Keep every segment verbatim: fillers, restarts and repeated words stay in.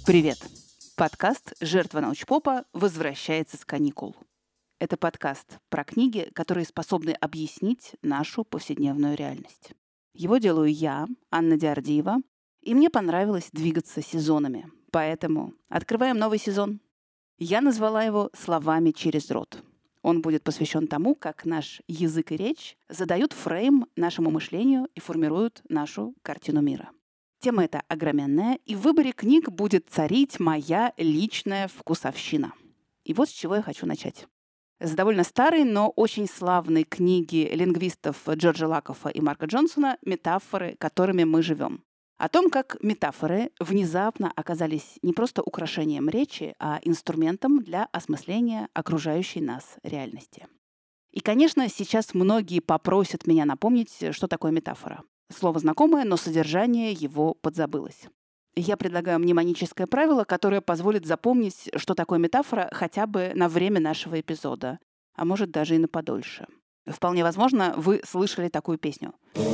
Привет! Подкаст «Жертва научпопа» возвращается с каникул. Это подкаст про книги, которые способны объяснить нашу повседневную реальность. Его делаю я, Анна Диардиева, и мне понравилось двигаться сезонами. Поэтому открываем новый сезон. Я назвала его «Словами через рот». Он будет посвящен тому, как наш язык и речь задают фрейм нашему мышлению и формируют нашу картину мира. Тема эта огроменная, и в выборе книг будет царить моя личная вкусовщина. И вот с чего я хочу начать. С довольно старой, но очень славной книги лингвистов Джорджа Лакоффа и Марка Джонсона «Метафоры, которыми мы живем». О том, как метафоры внезапно оказались не просто украшением речи, а инструментом для осмысления окружающей нас реальности. И, конечно, сейчас многие попросят меня напомнить, что такое метафора. Слово знакомое, но содержание его подзабылось. Я предлагаю мнемоническое правило, которое позволит запомнить, что такое метафора хотя бы на время нашего эпизода, а может даже и на подольше. Вполне возможно, вы слышали такую песню.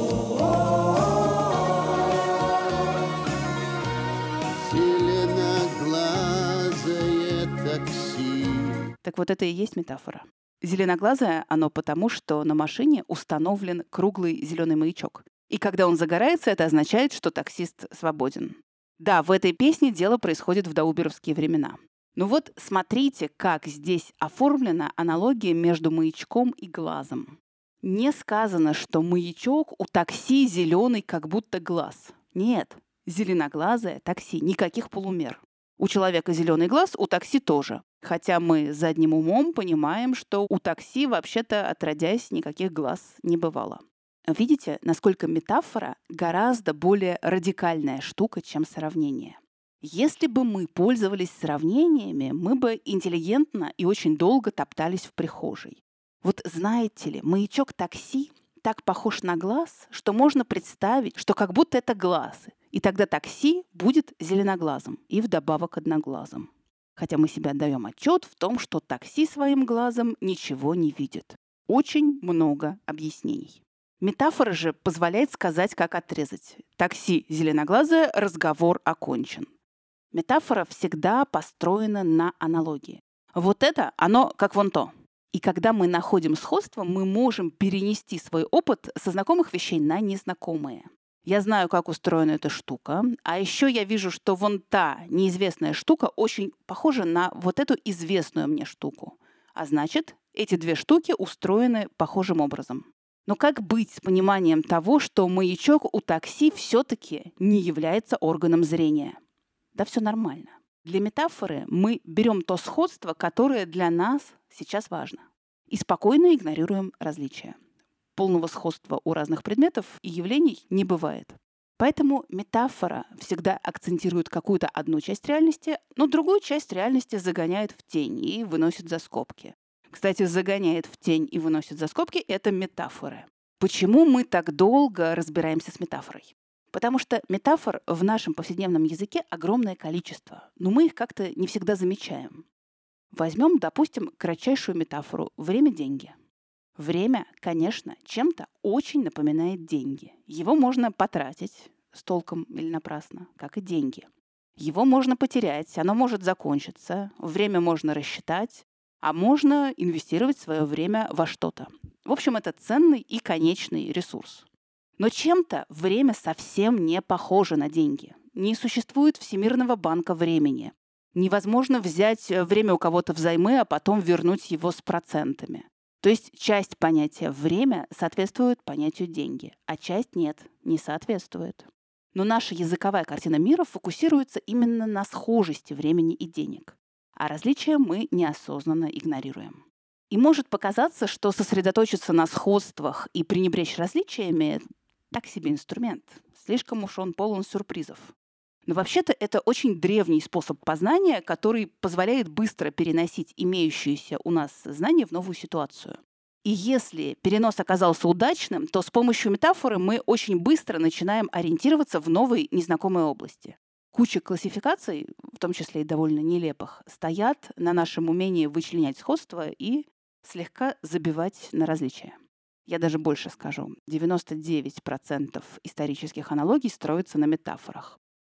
Зеленоглазое такси. Так вот это и есть метафора. Зеленоглазое оно потому, что на машине установлен круглый зеленый маячок. И когда он загорается, это означает, что таксист свободен. Да, в этой песне дело происходит в доуберовские времена. Но вот смотрите, как здесь оформлена аналогия между маячком и глазом. Не сказано, что маячок у такси зеленый, как будто глаз. Нет, зеленоглазое такси, никаких полумер. У человека зеленый глаз, у такси тоже. Хотя мы задним умом понимаем, что у такси вообще-то отродясь никаких глаз не бывало. Видите, насколько метафора гораздо более радикальная штука, чем сравнение. Если бы мы пользовались сравнениями, мы бы интеллигентно и очень долго топтались в прихожей. Вот знаете ли, маячок такси так похож на глаз, что можно представить, что как будто это глаз, и тогда такси будет зеленоглазым и вдобавок одноглазым. Хотя мы себе отдаем отчет в том, что такси своим глазом ничего не видит. Очень много объяснений. Метафора же позволяет сказать, как отрезать. Такси зеленоглазое, разговор окончен. Метафора всегда построена на аналогии. Вот это, оно как вон то. И когда мы находим сходство, мы можем перенести свой опыт со знакомых вещей на незнакомые. Я знаю, как устроена эта штука, а еще я вижу, что вон та неизвестная штука очень похожа на вот эту известную мне штуку. А значит, эти две штуки устроены похожим образом. Но как быть с пониманием того, что маячок у такси все-таки не является органом зрения? Да все нормально. Для метафоры мы берем то сходство, которое для нас сейчас важно, и спокойно игнорируем различия. Полного сходства у разных предметов и явлений не бывает. Поэтому метафора всегда акцентирует какую-то одну часть реальности, но другую часть реальности загоняет в тень и выносит за скобки. Кстати, загоняет в тень и выносит за скобки – это метафоры. Почему мы так долго разбираемся с метафорой? Потому что метафор в нашем повседневном языке огромное количество, но мы их как-то не всегда замечаем. Возьмем, допустим, кратчайшую метафору «время – деньги». Время, конечно, чем-то очень напоминает деньги. Его можно потратить с толком или напрасно, как и деньги. Его можно потерять, оно может закончиться, время можно рассчитать, а можно инвестировать свое время во что-то. В общем, это ценный и конечный ресурс. Но чем-то время совсем не похоже на деньги. Не существует Всемирного банка времени. Невозможно взять время у кого-то взаймы, а потом вернуть его с процентами. То есть часть понятия «время» соответствует понятию «деньги», а часть нет, не соответствует. Но наша языковая картина мира фокусируется именно на схожести времени и денег. А различия мы неосознанно игнорируем. И может показаться, что сосредоточиться на сходствах и пренебречь различиями – так себе инструмент. Слишком уж он полон сюрпризов. Но вообще-то это очень древний способ познания, который позволяет быстро переносить имеющиеся у нас знания в новую ситуацию. И если перенос оказался удачным, то с помощью метафоры мы очень быстро начинаем ориентироваться в новой незнакомой области. Куча классификаций, в том числе и довольно нелепых, стоят на нашем умении вычленять сходства и слегка забивать на различия. Я даже больше скажу. девяносто девять процентов исторических аналогий строятся на метафорах.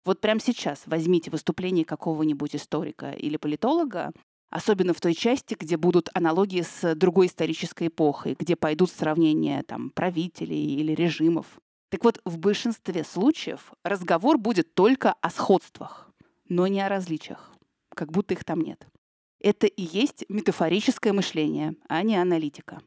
Вот прямо сейчас возьмите выступление какого-нибудь историка или политолога, особенно в той части, где будут аналогии с другой исторической эпохой, где пойдут сравнения там, правителей или режимов. Так вот, в большинстве случаев разговор будет только о сходствах, но не о различиях, как будто их там нет. Это и есть метафорическое мышление, а не аналитика.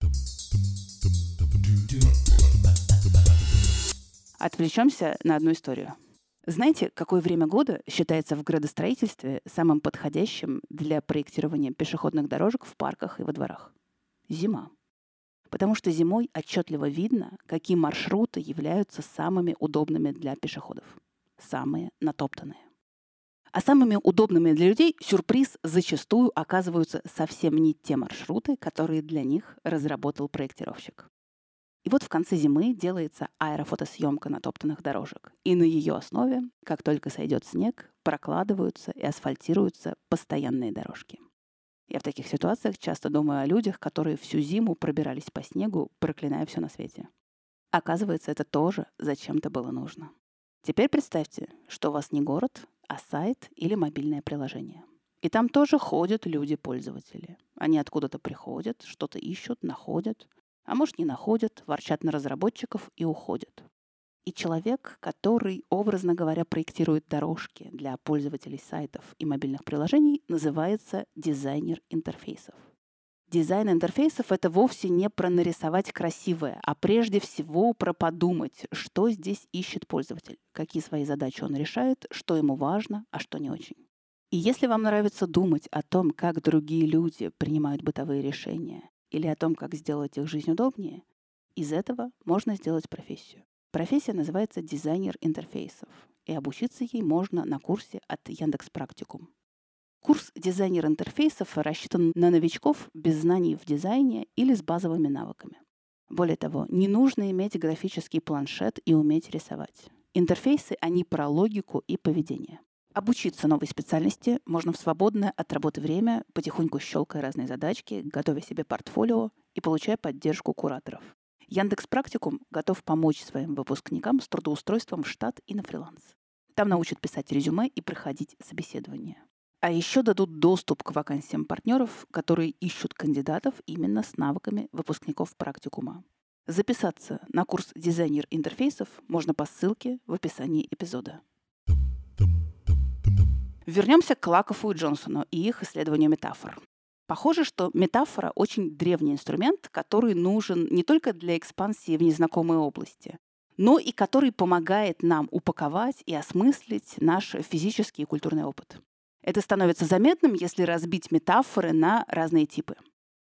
Отвлечемся на одну историю. Знаете, какое время года считается в градостроительстве самым подходящим для проектирования пешеходных дорожек в парках и во дворах? Зима. Потому что зимой отчетливо видно, какие маршруты являются самыми удобными для пешеходов. Самые натоптанные. А самыми удобными для людей, сюрприз, зачастую оказываются совсем не те маршруты, которые для них разработал проектировщик. И вот в конце зимы делается аэрофотосъемка натоптанных дорожек. И на ее основе, как только сойдет снег, прокладываются и асфальтируются постоянные дорожки. Я в таких ситуациях часто думаю о людях, которые всю зиму пробирались по снегу, проклиная все на свете. Оказывается, это тоже зачем-то было нужно. Теперь представьте, что у вас не город, а сайт или мобильное приложение. И там тоже ходят люди-пользователи. Они откуда-то приходят, что-то ищут, находят. А может, не находят, ворчат на разработчиков и уходят. И человек, который, образно говоря, проектирует дорожки для пользователей сайтов и мобильных приложений, называется дизайнер интерфейсов. Дизайн интерфейсов — это вовсе не про нарисовать красивое, а прежде всего про подумать, что здесь ищет пользователь, какие свои задачи он решает, что ему важно, а что не очень. И если вам нравится думать о том, как другие люди принимают бытовые решения, или о том, как сделать их жизнь удобнее, из этого можно сделать профессию. Профессия называется дизайнер интерфейсов, и обучиться ей можно на курсе от Яндекс.Практикум. Курс дизайнер интерфейсов рассчитан на новичков без знаний в дизайне или с базовыми навыками. Более того, не нужно иметь графический планшет и уметь рисовать. Интерфейсы, они про логику и поведение. Обучиться новой специальности можно в свободное от работы время, потихоньку щелкая разные задачки, готовя себе портфолио и получая поддержку кураторов. Яндекс.Практикум готов помочь своим выпускникам с трудоустройством в штат и на фриланс. Там научат писать резюме и проходить собеседование. А еще дадут доступ к вакансиям партнеров, которые ищут кандидатов именно с навыками выпускников практикума. Записаться на курс дизайнер интерфейсов можно по ссылке в описании эпизода. Вернемся к Лакофу и Джонсону и их исследованию метафор. Похоже, что метафора — очень древний инструмент, который нужен не только для экспансии в незнакомые области, но и который помогает нам упаковать и осмыслить наш физический и культурный опыт. Это становится заметным, если разбить метафоры на разные типы.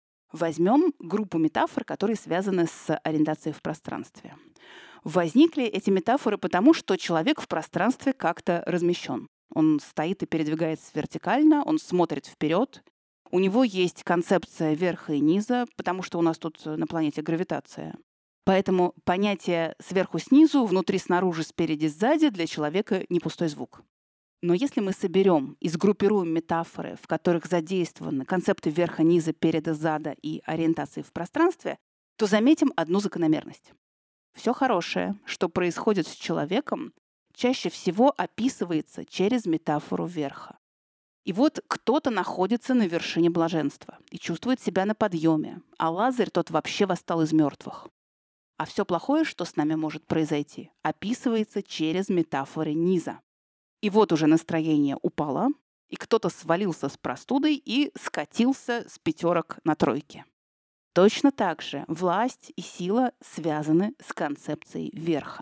Возьмем группу метафор, которые связаны с ориентацией в пространстве. Возникли эти метафоры потому, что человек в пространстве как-то размещен. Он стоит и передвигается вертикально, он смотрит вперед. У него есть концепция верха и низа, потому что у нас тут на планете гравитация. Поэтому понятие сверху-снизу, внутри-снаружи, спереди-сзади для человека не пустой звук. Но если мы соберем и сгруппируем метафоры, в которых задействованы концепты верха, низа, переда, зада и ориентации в пространстве, то заметим одну закономерность. Все хорошее, что происходит с человеком, чаще всего описывается через метафору верха. И вот кто-то находится на вершине блаженства и чувствует себя на подъеме, а Лазарь тот вообще восстал из мертвых. А все плохое, что с нами может произойти, описывается через метафоры низа. И вот уже настроение упало, и кто-то свалился с простудой и скатился с пятерок на тройки. Точно так же власть и сила связаны с концепцией верха.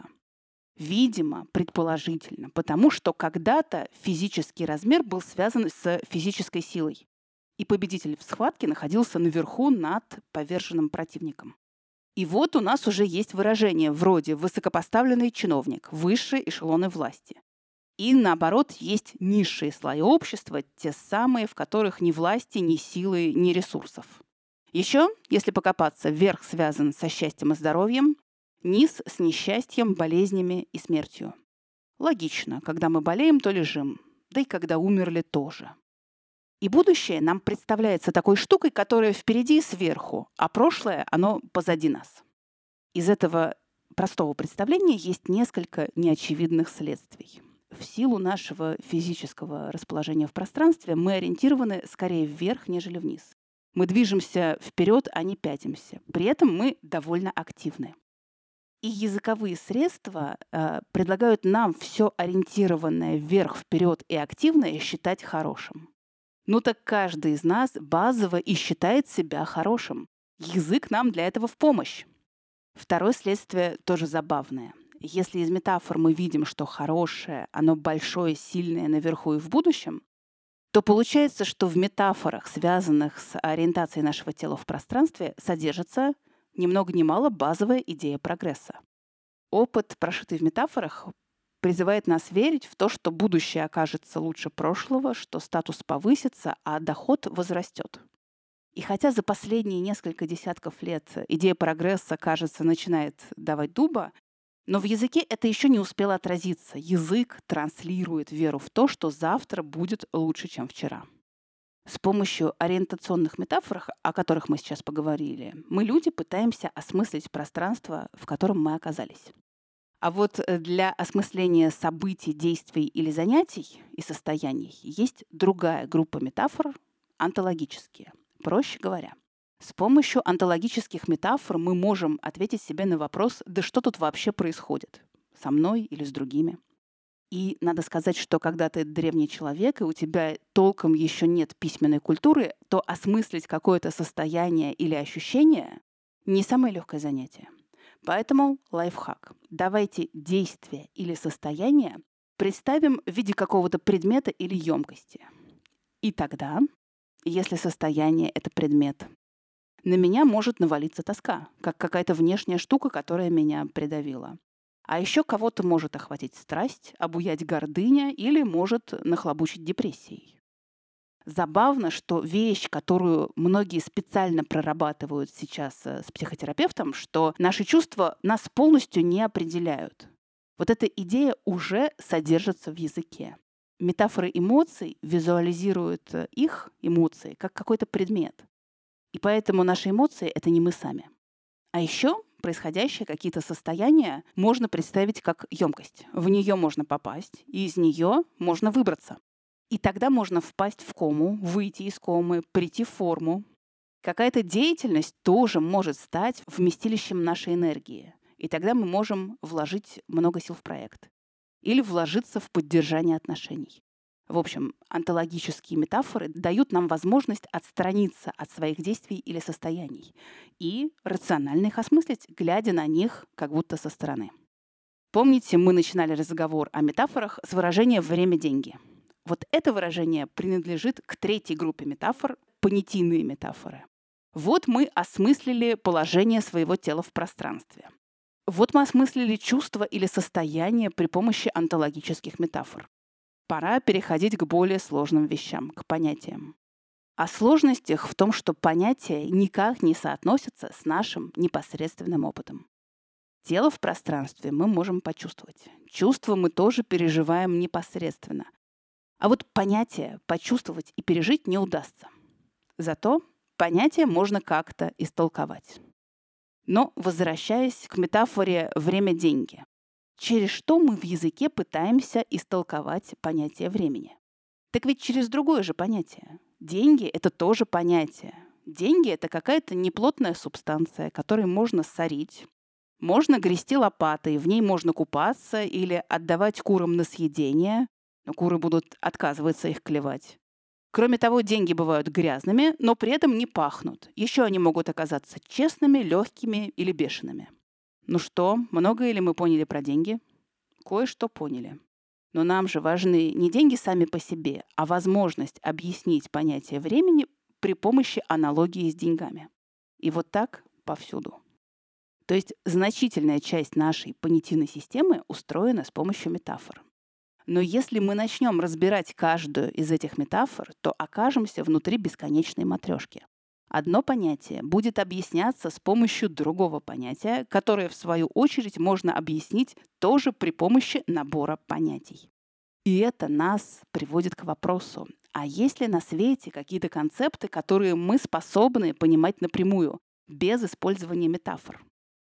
Видимо, предположительно, потому что когда-то физический размер был связан с физической силой, и победитель в схватке находился наверху над поверженным противником. И вот у нас уже есть выражение вроде «высокопоставленный чиновник», «высшие эшелоны власти». И наоборот, есть низшие слои общества, те самые, в которых ни власти, ни силы, ни ресурсов. Еще, если покопаться, верх связан со счастьем и здоровьем, низ с несчастьем, болезнями и смертью. Логично, когда мы болеем, то лежим, да и когда умерли тоже. И будущее нам представляется такой штукой, которая впереди и сверху, а прошлое, оно позади нас. Из этого простого представления есть несколько неочевидных следствий. В силу нашего физического расположения в пространстве мы ориентированы скорее вверх, нежели вниз. Мы движемся вперед, а не пятимся. При этом мы довольно активны. И языковые средства э, предлагают нам все ориентированное вверх, вперед и активное считать хорошим. Ну так каждый из нас базово и считает себя хорошим. Язык нам для этого в помощь. Второе следствие тоже забавное. Если из метафор мы видим, что хорошее, оно большое, сильное наверху и в будущем, то получается, что в метафорах, связанных с ориентацией нашего тела в пространстве, содержится ни много ни мало базовая идея прогресса. Опыт, прошитый в метафорах, призывает нас верить в то, что будущее окажется лучше прошлого, что статус повысится, а доход возрастет. И хотя за последние несколько десятков лет идея прогресса, кажется, начинает давать дуба, но в языке это еще не успело отразиться. Язык транслирует веру в то, что завтра будет лучше, чем вчера. С помощью ориентационных метафор, о которых мы сейчас поговорили, мы, люди, пытаемся осмыслить пространство, в котором мы оказались. А вот для осмысления событий, действий или занятий и состояний есть другая группа метафор — онтологические. Проще говоря, с помощью онтологических метафор мы можем ответить себе на вопрос: да что тут вообще происходит? Со мной или с другими? И надо сказать, что когда ты древний человек, и у тебя толком еще нет письменной культуры, то осмыслить какое-то состояние или ощущение — не самое легкое занятие. Поэтому лайфхак. Давайте действие или состояние представим в виде какого-то предмета или емкости. И тогда, если состояние — это предмет, на меня может навалиться тоска, как какая-то внешняя штука, которая меня придавила. А еще кого-то может охватить страсть, обуять гордыня или может нахлобучить депрессией. Забавно, что вещь, которую многие специально прорабатывают сейчас с психотерапевтом, что наши чувства нас полностью не определяют. Вот эта идея уже содержится в языке. Метафоры эмоций визуализируют их, эмоции, как какой-то предмет. И поэтому наши эмоции — это не мы сами. А еще происходящие какие-то состояния можно представить как емкость. В нее можно попасть, и из нее можно выбраться. И тогда можно впасть в кому, выйти из комы, прийти в форму. Какая-то деятельность тоже может стать вместилищем нашей энергии. И тогда мы можем вложить много сил в проект. Или вложиться в поддержание отношений. В общем, онтологические метафоры дают нам возможность отстраниться от своих действий или состояний и рационально их осмыслить, глядя на них как будто со стороны. Помните, мы начинали разговор о метафорах с выражения «время-деньги». Вот это выражение принадлежит к третьей группе метафор — понятийные метафоры. Вот мы осмыслили положение своего тела в пространстве. Вот мы осмыслили чувство или состояние при помощи онтологических метафор. Пора переходить к более сложным вещам, к понятиям. А сложность их в том, что понятия никак не соотносятся с нашим непосредственным опытом. Тело в пространстве мы можем почувствовать. Чувства мы тоже переживаем непосредственно. А вот понятие почувствовать и пережить не удастся. Зато понятие можно как-то истолковать. Но возвращаясь к метафоре «время-деньги», через что мы в языке пытаемся истолковать понятие времени? Так ведь через другое же понятие. Деньги — это тоже понятие. Деньги — это какая-то неплотная субстанция, которой можно сорить. Можно грести лопатой, в ней можно купаться или отдавать курам на съедение, но куры будут отказываться их клевать. Кроме того, деньги бывают грязными, но при этом не пахнут. Еще они могут оказаться честными, легкими или бешеными. Ну что, многое ли мы поняли про деньги? Кое-что поняли. Но нам же важны не деньги сами по себе, а возможность объяснить понятие времени при помощи аналогии с деньгами. И вот так повсюду. То есть значительная часть нашей понятийной системы устроена с помощью метафор. Но если мы начнем разбирать каждую из этих метафор, то окажемся внутри бесконечной матрешки. Одно понятие будет объясняться с помощью другого понятия, которое, в свою очередь, можно объяснить тоже при помощи набора понятий. И это нас приводит к вопросу, а есть ли на свете какие-то концепты, которые мы способны понимать напрямую, без использования метафор?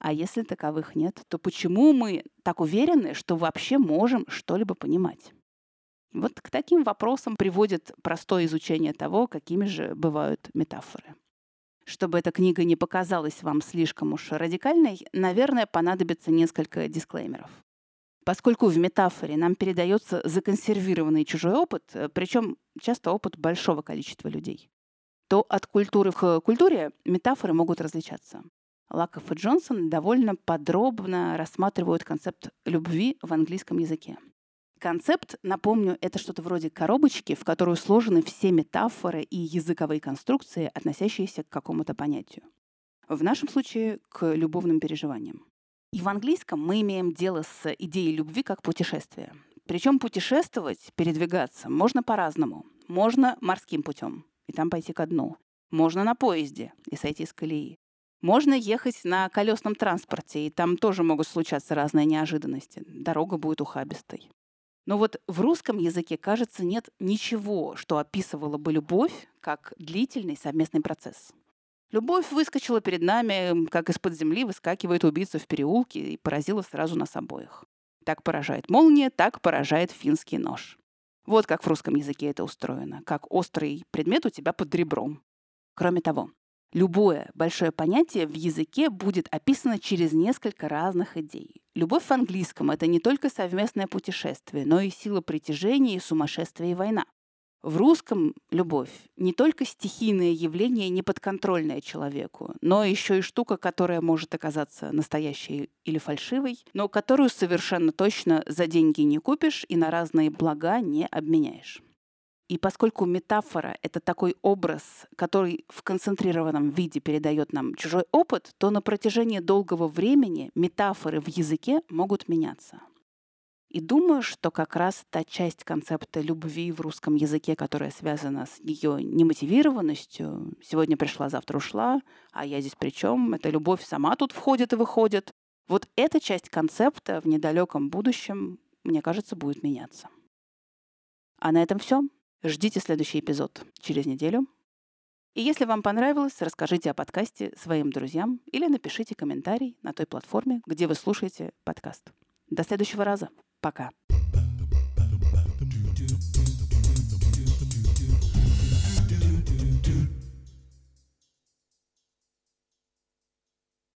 А если таковых нет, то почему мы так уверены, что вообще можем что-либо понимать? Вот к таким вопросам приводит простое изучение того, какими же бывают метафоры. Чтобы эта книга не показалась вам слишком уж радикальной, наверное, понадобится несколько дисклеймеров. Поскольку в метафоре нам передается законсервированный чужой опыт, причем часто опыт большого количества людей, то от культуры к культуре метафоры могут различаться. Лакофф и Джонсон довольно подробно рассматривают концепт любви в английском языке. Концепт, напомню, это что-то вроде коробочки, в которую сложены все метафоры и языковые конструкции, относящиеся к какому-то понятию. В нашем случае — к любовным переживаниям. И в английском мы имеем дело с идеей любви как путешествия. Причем путешествовать, передвигаться можно по-разному. Можно морским путем, и там пойти ко дну. Можно на поезде и сойти с колеи. Можно ехать на колесном транспорте, и там тоже могут случаться разные неожиданности. Дорога будет ухабистой. Но вот в русском языке, кажется, нет ничего, что описывало бы любовь как длительный совместный процесс. Любовь выскочила перед нами, как из-под земли выскакивает убийца в переулке, и поразила сразу нас обоих. Так поражает молния, так поражает финский нож. Вот как в русском языке это устроено, как острый предмет у тебя под ребром. Кроме того, любое большое понятие в языке будет описано через несколько разных идей. Любовь в английском — это не только совместное путешествие, но и сила притяжения, и сумасшествие, и война. В русском любовь — не только стихийное явление, неподконтрольное человеку, но еще и штука, которая может оказаться настоящей или фальшивой, но которую совершенно точно за деньги не купишь и на разные блага не обменяешь. И поскольку метафора — это такой образ, который в концентрированном виде передает нам чужой опыт, то на протяжении долгого времени метафоры в языке могут меняться. И думаю, что как раз та часть концепта любви в русском языке, которая связана с ее немотивированностью, сегодня пришла, завтра ушла, а я здесь при чем? Эта любовь сама тут входит и выходит. Вот эта часть концепта в недалеком будущем, мне кажется, будет меняться. А на этом все. Ждите следующий эпизод через неделю. И если вам понравилось, расскажите о подкасте своим друзьям или напишите комментарий на той платформе, где вы слушаете подкаст. До следующего раза. Пока.